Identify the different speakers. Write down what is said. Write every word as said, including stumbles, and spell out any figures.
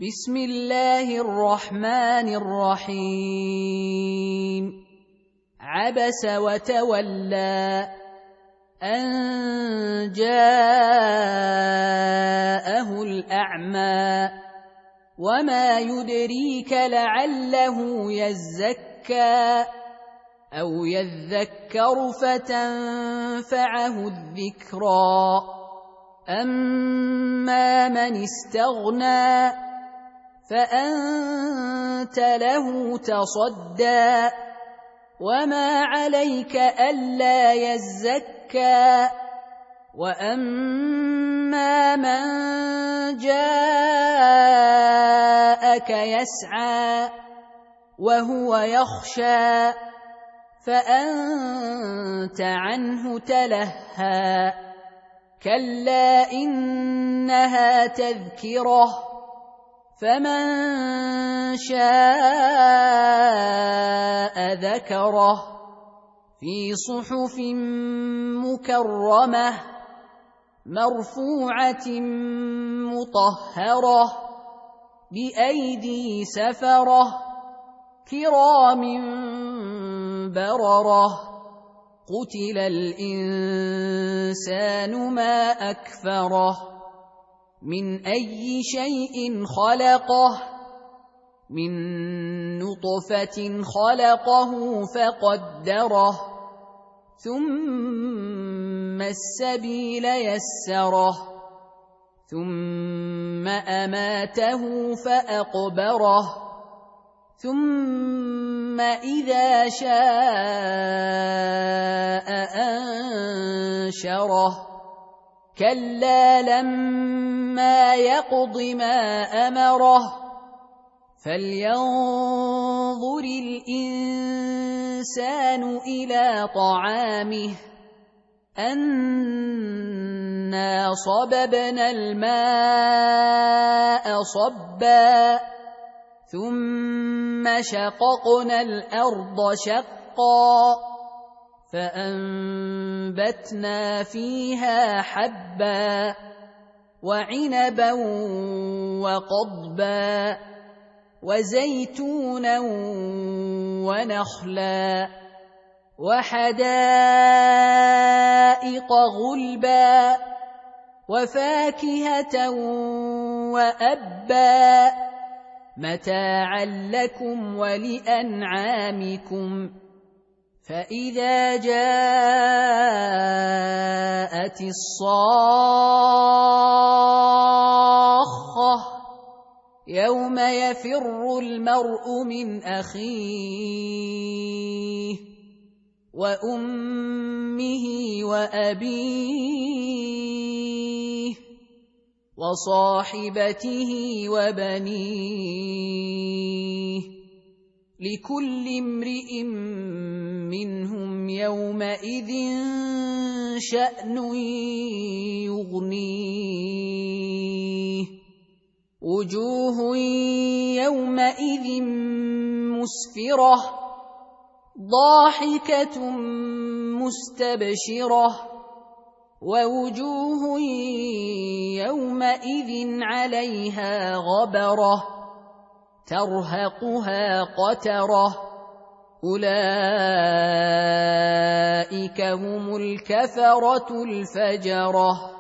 Speaker 1: بسم الله الرحمن الرحيم عبس وتولى أن جاءه الأعمى وما يدريك لعله يزكى أو يذكر فتنفعه الذكرى أما من استغنى فأنت له تصدى وما عليك ألا يزكى وأما من جاءك يسعى وهو يخشى فأنت عنه تلهى كلا إنها تذكرة فمن شاء ذكره في صحف مكرمة مرفوعة مطهرة بأيدي سفرة كرام بررة قتل الإنسان ما أكفره من أي شيء خلقه من نطفة خلقه فقدره ثم السبيل يسره ثم أماته فأقبره ثم إذا شاء أنشره كلا لما يقض ما أمره فلينظر الإنسان إلى طعامه أنا صببنا الماء صبا ثم شققنا الأرض شقا فأنبتنا فيها حبا وعنبا وقضبا وزيتونا ونخلا وحدائق غلبا وفاكهة وأبا متاعا لكم ولأنعامكم فإذا جاءت الصاخة يوم يفر المرء من أخيه وأمه وأبيه وصاحبته وبنيه لكل امرئ منهم يومئذ شأن يغنيه وجوه يومئذ مسفرة ضاحكة مستبشرة ووجوه يومئذ عليها غبرة ترهقها قترة أولئك هم الكفرة الفجرة.